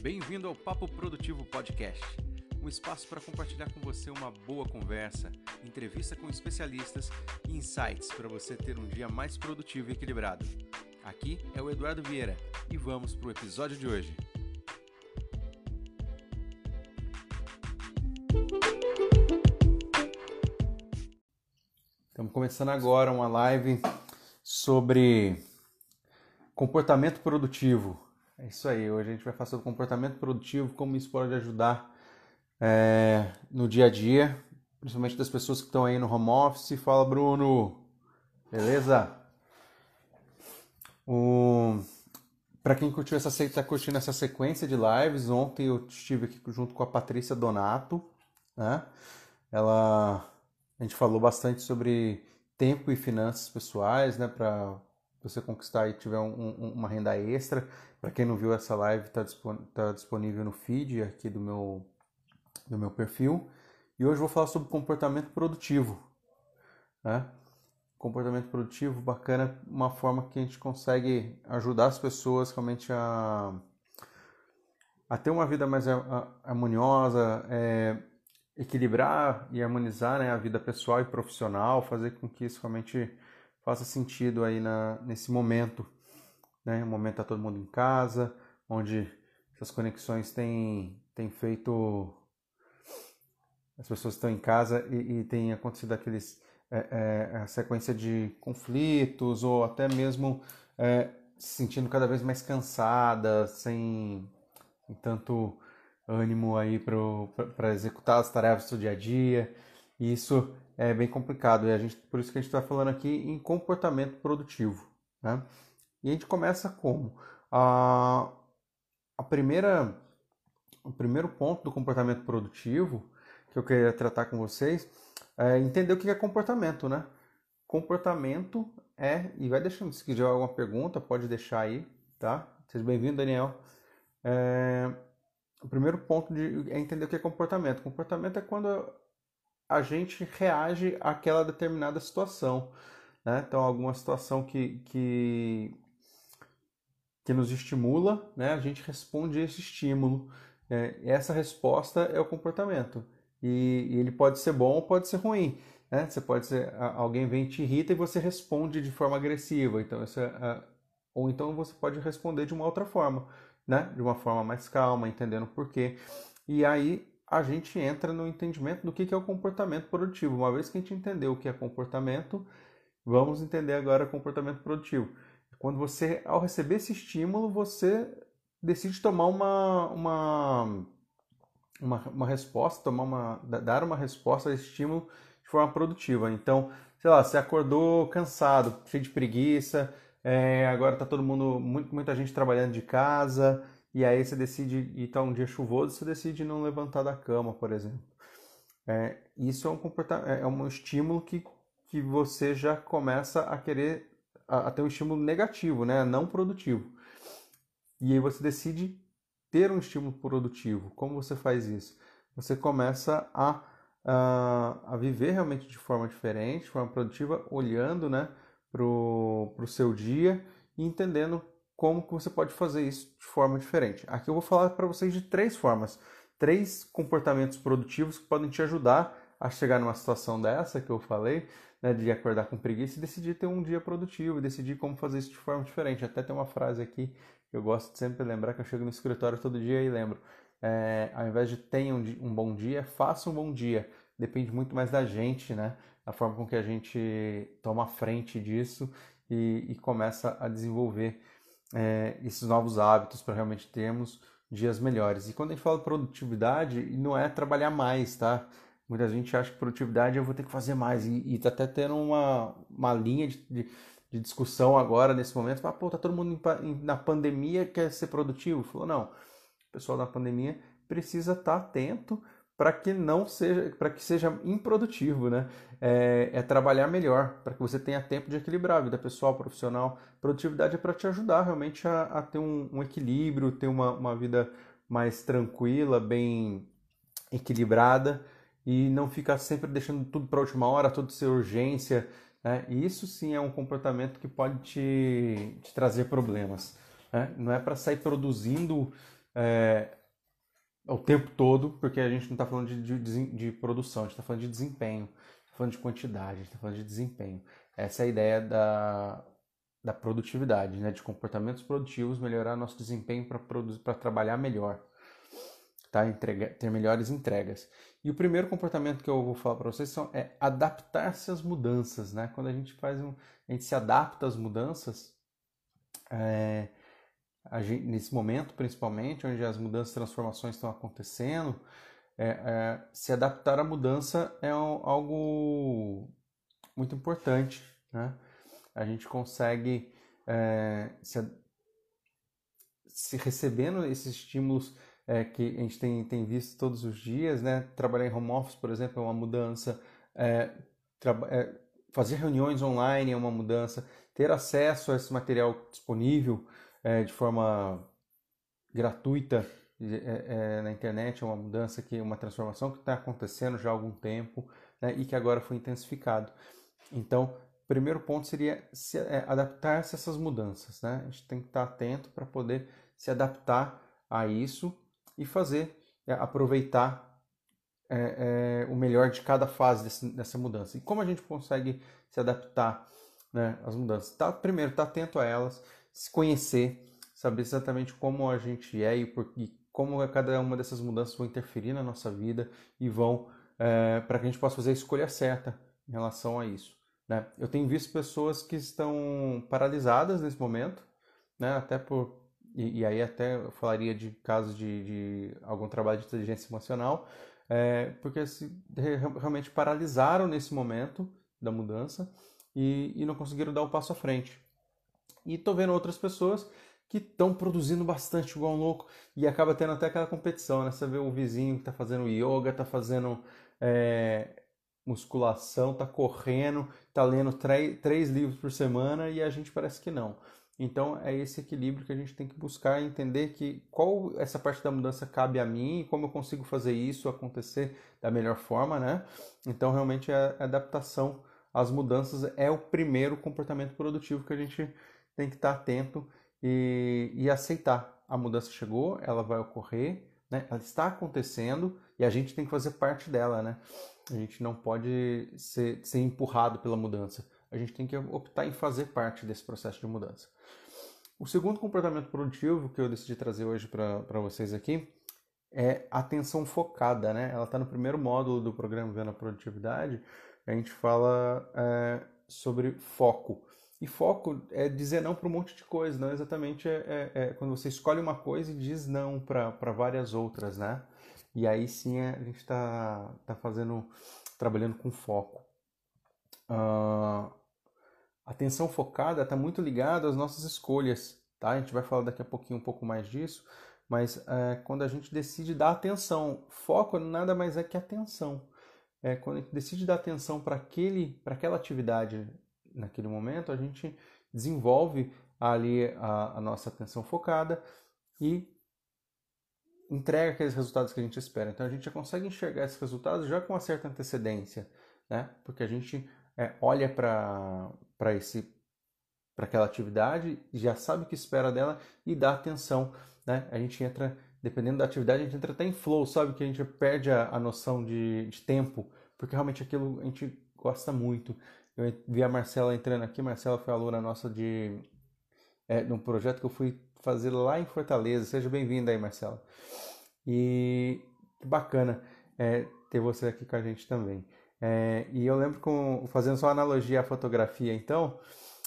Bem-vindo ao Papo Produtivo Podcast, um espaço para compartilhar com você uma boa conversa, entrevista com especialistas e insights para você ter um dia mais produtivo e equilibrado. Aqui é o Eduardo Vieira e vamos para o episódio de hoje. Estamos começando agora uma live sobre comportamento produtivo. É isso aí, hoje a gente vai falar sobre comportamento produtivo, como isso pode ajudar no dia a dia, principalmente das pessoas que estão aí no home office. Fala, Bruno! Beleza? Para quem está curtindo essa sequência de lives, ontem eu estive aqui junto com a Patrícia Donato, né? A gente falou bastante sobre tempo e finanças pessoais, né? Para você conquistar e tiver uma renda extra. Para quem não viu essa live, tá disponível no feed aqui do meu perfil. E hoje eu vou falar sobre comportamento produtivo, né? Comportamento produtivo, bacana, uma forma que a gente consegue ajudar as pessoas realmente a ter uma vida mais harmoniosa, equilibrar e harmonizar, né, a vida pessoal e profissional, fazer com que isso realmente faça sentido aí nesse momento, né? O momento tá todo mundo em casa, onde essas conexões têm feito, as pessoas estão em casa e tem acontecido a sequência de conflitos ou até mesmo se sentindo cada vez mais cansada, sem tanto ânimo aí para executar as tarefas do dia a dia. E isso é bem complicado. E por isso que a gente está falando aqui em comportamento produtivo, né? E a gente começa como? O primeiro ponto do comportamento produtivo que eu queria tratar com vocês é entender o que é comportamento, né? Comportamento e vai deixando, se quiser alguma pergunta, pode deixar aí, tá? Seja bem-vindo, Daniel. O primeiro ponto é entender o que é comportamento. Comportamento é quando a gente reage àquela determinada situação, né? Então, alguma situação que nos estimula, né? A gente responde a esse estímulo. Essa resposta é o comportamento. E ele pode ser bom ou pode ser ruim, né? Alguém vem e te irrita e você responde de forma agressiva. Então, ou então você pode responder de uma outra forma, né? De uma forma mais calma, entendendo o porquê. E aí a gente entra no entendimento do que é o comportamento produtivo. Uma vez que a gente entendeu o que é comportamento, vamos entender agora o comportamento produtivo. Quando você, ao receber esse estímulo, você decide tomar uma resposta, dar uma resposta a esse estímulo de forma produtiva. Então, sei lá, você acordou cansado, cheio de preguiça, agora está todo mundo, muita gente trabalhando de casa, e aí você decide, e está um dia chuvoso, você decide não levantar da cama, por exemplo. Isso é um estímulo que você já começa a querer a ter um estímulo negativo, né? Não produtivo. E aí você decide ter um estímulo produtivo. Como você faz isso? Você começa a viver realmente de forma diferente, de forma produtiva, olhando, né, pro seu dia e entendendo como que você pode fazer isso de forma diferente. Aqui eu vou falar para vocês de 3 formas, 3 comportamentos produtivos que podem te ajudar a chegar numa situação dessa que eu falei, né, de acordar com preguiça e decidir ter um dia produtivo, decidir como fazer isso de forma diferente. Até tem uma frase aqui que eu gosto de sempre lembrar, que eu chego no escritório todo dia e lembro. Ao invés de tenha um bom dia, faça um bom dia. Depende muito mais da gente, né? Da forma com que a gente toma a frente disso e começa a desenvolver esses novos hábitos para realmente termos dias melhores. E quando a gente fala de produtividade, não é trabalhar mais, tá? Muita gente acha que produtividade eu vou ter que fazer mais. E tá até tendo uma linha de discussão agora, nesse momento. Fala, pô, tá todo mundo na pandemia quer ser produtivo? Falou, não. O pessoal na pandemia precisa estar atento para que seja improdutivo, né? Trabalhar melhor, para que você tenha tempo de equilibrar a vida pessoal, profissional. Produtividade é para te ajudar realmente a ter um equilíbrio, ter uma vida mais tranquila, bem equilibrada e não ficar sempre deixando tudo para a última hora, tudo ser urgência, né? E isso sim é um comportamento que pode te trazer problemas, né? Não é para sair produzindo o tempo todo, porque a gente não está falando de produção, a gente está falando de desempenho, está falando de quantidade, a gente está falando de desempenho. Essa é a ideia da produtividade, né? De comportamentos produtivos, melhorar nosso desempenho para trabalhar melhor, tá? Ter melhores entregas. E o primeiro comportamento que eu vou falar para vocês é adaptar-se às mudanças, né? Quando a gente a gente se adapta às mudanças, nesse momento principalmente, onde as mudanças e transformações estão acontecendo, se adaptar à mudança é algo muito importante, né? A gente consegue se recebendo esses estímulos que a gente tem visto todos os dias, né? Trabalhar em home office, por exemplo, é uma mudança. É, fazer reuniões online é uma mudança. Ter acesso a esse material disponível de forma gratuita na internet é uma mudança, uma transformação que está acontecendo já há algum tempo, né? E que agora foi intensificado. Então, o primeiro ponto seria adaptar-se a essas mudanças, né? A gente tem que estar atento para poder se adaptar a isso e aproveitar o melhor de cada fase dessa mudança. E como a gente consegue se adaptar, né, às mudanças? Primeiro, estar atento a elas, se conhecer, saber exatamente como a gente é e como cada uma dessas mudanças vão interferir na nossa vida e vão para que a gente possa fazer a escolha certa em relação a isso, né? Eu tenho visto pessoas que estão paralisadas nesse momento, né? E aí até eu falaria de casos de algum trabalho de inteligência emocional, porque realmente paralisaram nesse momento da mudança e não conseguiram dar o passo à frente. E estou vendo outras pessoas que estão produzindo bastante igual um louco e acaba tendo até aquela competição, né? Você vê o vizinho que está fazendo yoga, está fazendo musculação, está correndo, está lendo 3 livros por semana e a gente parece que não. Então é esse equilíbrio que a gente tem que buscar, entender qual essa parte da mudança cabe a mim e como eu consigo fazer isso acontecer da melhor forma, né? Então realmente a adaptação às mudanças é o primeiro comportamento produtivo que a gente tem que estar atento e aceitar. A mudança chegou, ela vai ocorrer, né? Ela está acontecendo e a gente tem que fazer parte dela, né? A gente não pode ser empurrado pela mudança. A gente tem que optar em fazer parte desse processo de mudança. O segundo comportamento produtivo que eu decidi trazer hoje para vocês aqui é atenção focada, né? Ela está no primeiro módulo do programa Vendo a Produtividade. A gente fala sobre foco. E foco é dizer não para um monte de coisa, não exatamente quando você escolhe uma coisa e diz não para várias outras, né? E aí sim a gente está trabalhando com foco. Atenção focada está muito ligada às nossas escolhas, tá? A gente vai falar daqui a pouquinho um pouco mais disso, mas quando a gente decide dar atenção, foco nada mais é que atenção. Quando a gente decide dar atenção para aquela atividade naquele momento, a gente desenvolve ali a nossa atenção focada e entrega aqueles resultados que a gente espera. Então a gente já consegue enxergar esses resultados já com uma certa antecedência, né? Porque a gente olha para aquela atividade, já sabe o que espera dela e dá atenção, né? A gente entra, dependendo da atividade, a gente entra até em flow, sabe? Que a gente perde a noção de tempo, porque realmente aquilo a gente gosta muito. Eu vi a Marcela entrando aqui, Marcela foi aluna nossa de um projeto que eu fui fazer lá em Fortaleza. Seja bem-vinda aí, Marcela. E que bacana ter você aqui com a gente também. E eu lembro, fazendo só uma analogia à fotografia, então,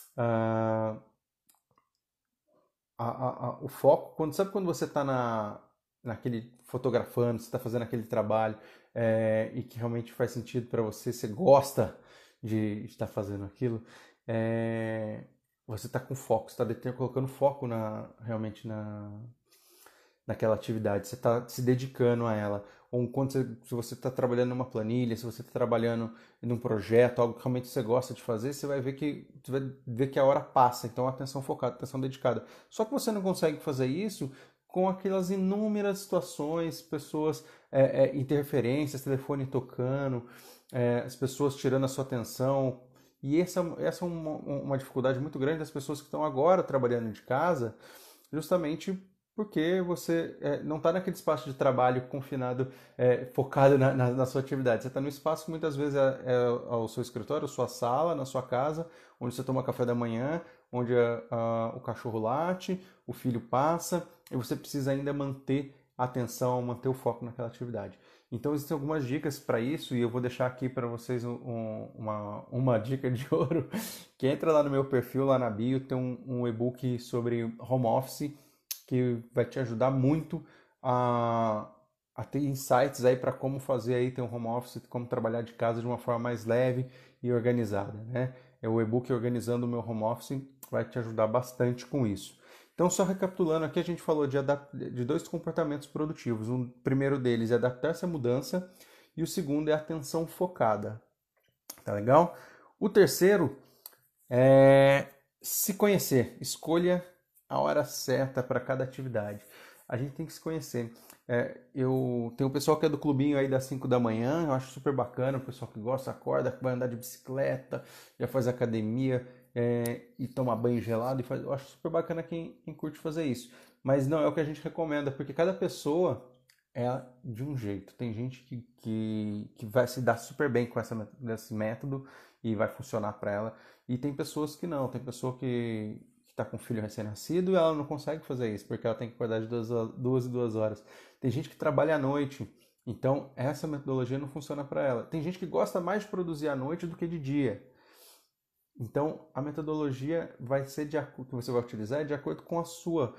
o foco, quando você está naquele fotografando, você está fazendo aquele trabalho e que realmente faz sentido para você gosta de estar fazendo aquilo, você está com foco, você está colocando foco realmente naquela atividade, você está se dedicando a ela. Ou se você está trabalhando numa planilha, se você está trabalhando num projeto, algo que realmente você gosta de fazer, você vai ver que a hora passa. Então, atenção focada, atenção dedicada. Só que você não consegue fazer isso com aquelas inúmeras situações, pessoas, interferências, telefone tocando, as pessoas tirando a sua atenção. E essa é uma dificuldade muito grande das pessoas que estão agora trabalhando de casa, justamente porque você não está naquele espaço de trabalho confinado, focado na sua atividade. Você está no espaço que muitas vezes é o seu escritório, a sua sala, na sua casa, onde você toma café da manhã, onde o cachorro late, o filho passa, e você precisa ainda manter a atenção, manter o foco naquela atividade. Então existem algumas dicas para isso e eu vou deixar aqui para vocês uma dica de ouro, que entra lá no meu perfil, lá na bio, tem um e-book sobre home office que vai te ajudar muito a ter insights aí para como fazer aí ter um home office, como trabalhar de casa de uma forma mais leve e organizada, né? É o e-book Organizando o Meu Home Office, vai te ajudar bastante com isso. Então, só recapitulando aqui, a gente falou de dois comportamentos produtivos. O primeiro deles é adaptar-se à mudança e o segundo é a atenção focada. Tá legal? O terceiro é se conhecer. Escolha a hora certa para cada atividade. A gente tem que se conhecer. Eu tenho o pessoal que é do clubinho aí das 5 da manhã, eu acho super bacana, o pessoal que gosta, acorda, que vai andar de bicicleta, já faz academia, e toma banho gelado, eu acho super bacana quem curte fazer isso. Mas não é o que a gente recomenda, porque cada pessoa é de um jeito. Tem gente que vai se dar super bem com esse método e vai funcionar para ela. E tem pessoas que não, tem pessoa que está com um filho recém-nascido e ela não consegue fazer isso, porque ela tem que acordar de 2 horas. Tem gente que trabalha à noite, então essa metodologia não funciona para ela. Tem gente que gosta mais de produzir à noite do que de dia. Então a metodologia vai ser que você vai utilizar de acordo com a sua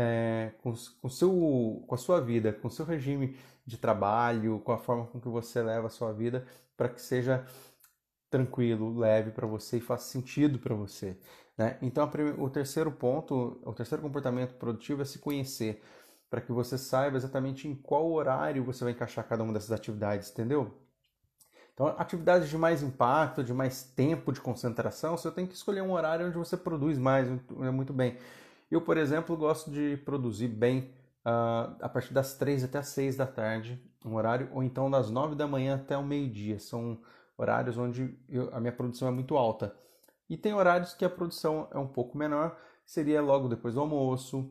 com a sua vida, com o seu regime de trabalho, com a forma com que você leva a sua vida, para que seja tranquilo, leve para você e faça sentido para você, né? Então, o terceiro ponto, o terceiro comportamento produtivo é se conhecer, para que você saiba exatamente em qual horário você vai encaixar cada uma dessas atividades, entendeu? Então, atividades de mais impacto, de mais tempo de concentração, você tem que escolher um horário onde você produz mais, muito bem. Eu, por exemplo, gosto de produzir bem a partir das 3 até as 6 da tarde, um horário, ou então das 9 da manhã até o meio-dia. São horários onde a minha produção é muito alta. E tem horários que a produção é um pouco menor, seria logo depois do almoço,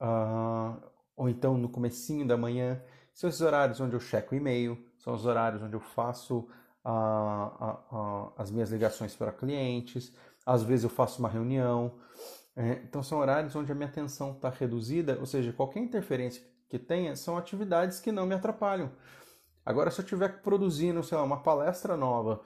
ou então no comecinho da manhã. São esses horários onde eu checo o e-mail, são os horários onde eu faço as minhas ligações para clientes, às vezes eu faço uma reunião. Então são horários onde a minha atenção está reduzida, ou seja, qualquer interferência que tenha são atividades que não me atrapalham. Agora, se eu estiver produzindo, sei lá, uma palestra nova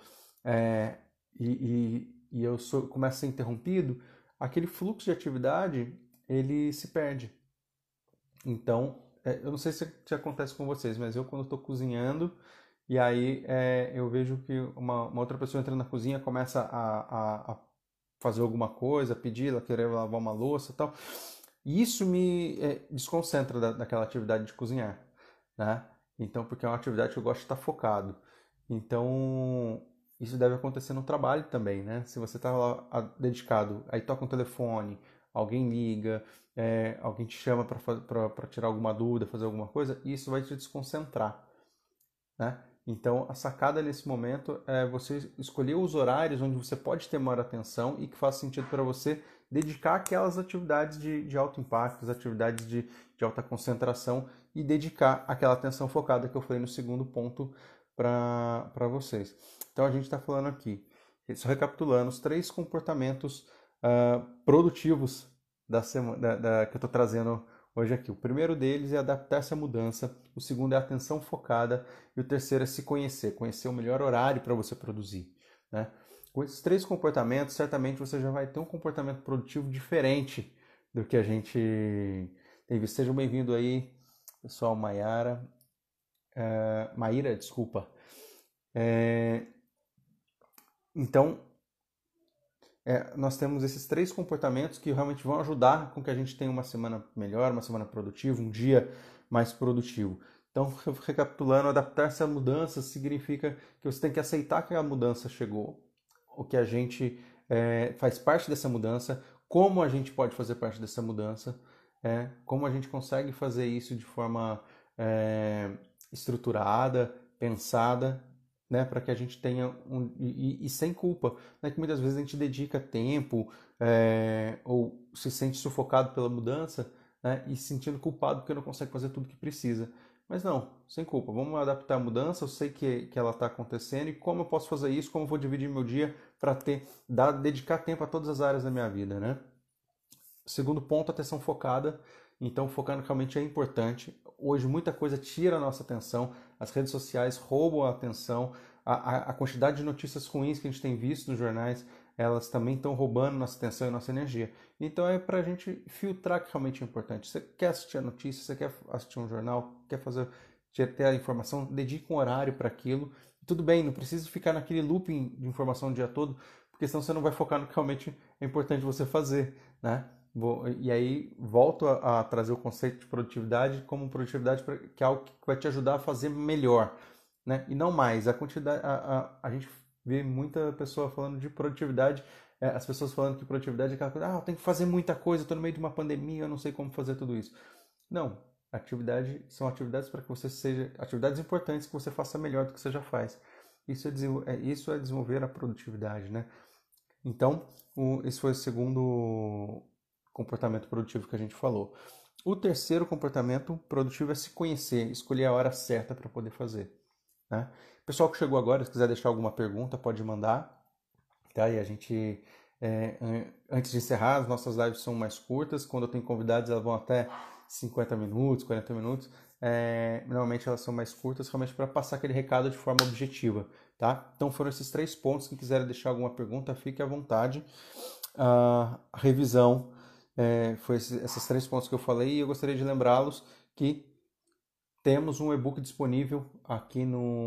e eu começo a ser interrompido, aquele fluxo de atividade, ele se perde. Então, eu não sei se acontece com vocês, mas eu quando estou cozinhando, e aí eu vejo que uma outra pessoa entra na cozinha, começa a fazer alguma coisa, pedir, ela querer lavar uma louça e tal, e isso me desconcentra daquela atividade de cozinhar, né? Então, porque é uma atividade que eu gosto de estar focado. Então, isso deve acontecer no trabalho também, né? Se você está lá dedicado, aí toca um telefone, alguém liga, alguém te chama para tirar alguma dúvida, fazer alguma coisa, isso vai te desconcentrar, né? Então, a sacada nesse momento é você escolher os horários onde você pode ter maior atenção e que faz sentido para você dedicar aquelas atividades de alto impacto, as atividades de alta concentração e dedicar aquela atenção focada que eu falei no segundo ponto para vocês. Então, a gente está falando aqui, só recapitulando, os 3 comportamentos produtivos que eu estou trazendo hoje aqui. O primeiro deles é adaptar-se à mudança, o segundo é a atenção focada e o terceiro é se conhecer, conhecer o melhor horário para você produzir, né? Com esses 3 comportamentos, certamente você já vai ter um comportamento produtivo diferente do que a gente tem visto. Sejam bem-vindos aí, pessoal, Maíra, desculpa. Então, nós temos esses 3 comportamentos que realmente vão ajudar com que a gente tenha uma semana melhor, uma semana produtiva, um dia mais produtivo. Então, recapitulando, adaptar-se à mudança significa que você tem que aceitar que a mudança chegou, o que a gente faz parte dessa mudança, como a gente pode fazer parte dessa mudança, como a gente consegue fazer isso de forma estruturada, pensada, né, para que a gente tenha e sem culpa, né, que muitas vezes a gente dedica tempo ou se sente sufocado pela mudança, né, e se sentindo culpado porque não consegue fazer tudo que precisa. Mas não, sem culpa, vamos adaptar a mudança, eu sei que ela está acontecendo e como eu posso fazer isso, como eu vou dividir meu dia para dedicar tempo a todas as áreas da minha vida, né? Segundo ponto, atenção focada. Então, focando realmente é importante. Hoje, muita coisa tira a nossa atenção. As redes sociais roubam a atenção. A quantidade de notícias ruins que a gente tem visto nos jornais, elas também estão roubando nossa atenção e nossa energia. Então, é para a gente filtrar o que realmente é importante. Você quer assistir a notícia, você quer assistir um jornal, quer ter a informação, dedique um horário para aquilo. Tudo bem, não precisa ficar naquele looping de informação o dia todo, porque senão você não vai focar no que realmente é importante você fazer, né? E aí volto a trazer o conceito de produtividade como produtividade que é algo que vai te ajudar a fazer melhor, né? E não mais. A gente vê muita pessoa falando de produtividade, as pessoas falando que produtividade é aquela coisa, eu tenho que fazer muita coisa, estou no meio de uma pandemia, eu não sei como fazer tudo isso. Não, são atividades para que você seja, atividades importantes que você faça melhor do que você já faz. Isso é desenvolver a produtividade, né? Então, esse foi o segundo comportamento produtivo que a gente falou. O terceiro comportamento produtivo é se conhecer, escolher a hora certa para poder fazer, né? Pessoal que chegou agora, se quiser deixar alguma pergunta, pode mandar, tá? E a gente, antes de encerrar, as nossas lives são mais curtas. Quando eu tenho convidados, elas vão até 50 minutos, 40 minutos. Normalmente elas são mais curtas, realmente para passar aquele recado de forma objetiva, tá? Então foram esses 3 pontos. Quem quiser deixar alguma pergunta, fique à vontade. A revisão foi esses 3 pontos que eu falei, e eu gostaria de lembrá-los que temos um e-book disponível aqui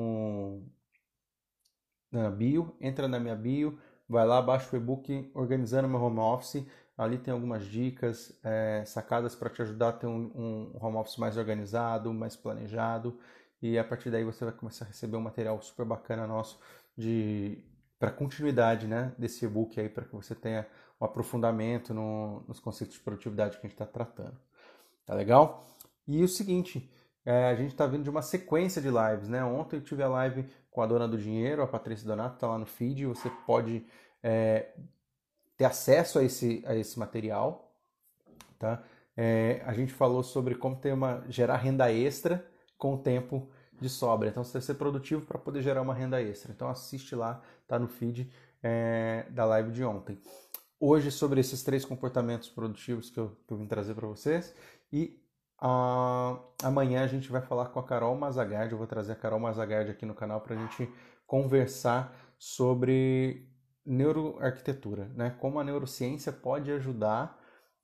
na bio. Entra na minha bio, vai lá, baixa o e-book Organizando Meu Home Office. Ali tem algumas dicas, sacadas para te ajudar a ter um home office mais organizado, mais planejado, e a partir daí você vai começar a receber um material super bacana nosso para continuidade, né, desse e-book aí, para que você tenha um aprofundamento nos conceitos de produtividade que a gente está tratando. Tá legal? E o seguinte, a gente está vindo de uma sequência de lives, né? Ontem eu tive a live com a dona do dinheiro, a Patrícia Donato, está lá no feed, você pode ter acesso a esse material, tá? A gente falou sobre como gerar renda extra com o tempo de sobra. Então, você deve ser produtivo para poder gerar uma renda extra. Então, assiste lá, tá no feed da live de ontem. Hoje, sobre esses 3 comportamentos produtivos que eu vim trazer para vocês. E amanhã a gente vai falar com a Carol Mazzagardi. Eu vou trazer a Carol Mazzagardi aqui no canal para a gente conversar sobre neuroarquitetura, né? Como a neurociência pode ajudar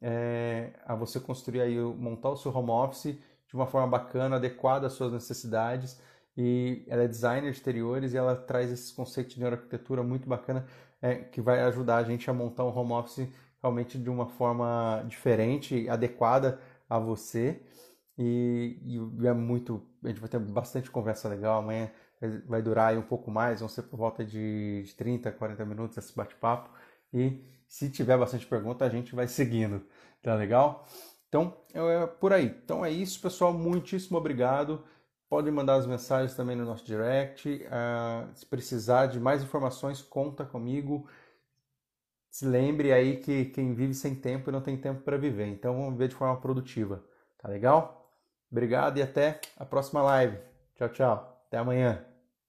a você construir aí, montar o seu home office de uma forma bacana, adequada às suas necessidades. E ela é designer de exteriores e ela traz esses conceitos de neuroarquitetura muito bacana, que vai ajudar a gente a montar um home office realmente de uma forma diferente, adequada a você. E a gente vai ter bastante conversa legal. Amanhã vai durar aí um pouco mais, vão ser por volta de 30, 40 minutos esse bate-papo. E se tiver bastante pergunta, a gente vai seguindo. Tá legal? Então, é por aí. Então é isso, pessoal. Muitíssimo obrigado. Podem mandar as mensagens também no nosso direct. Se precisar de mais informações, conta comigo. Se lembre aí que quem vive sem tempo não tem tempo para viver. Então vamos viver de forma produtiva. Tá legal? Obrigado e até a próxima live. Tchau, tchau. Até amanhã.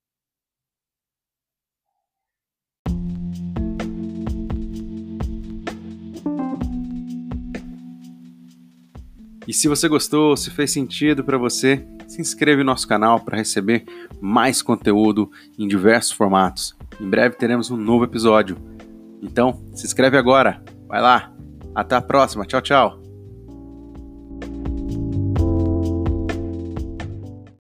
E se você gostou, se fez sentido para você, se inscreve no nosso canal para receber mais conteúdo em diversos formatos. Em breve teremos um novo episódio. Então, se inscreve agora. Vai lá. Até a próxima. Tchau, tchau.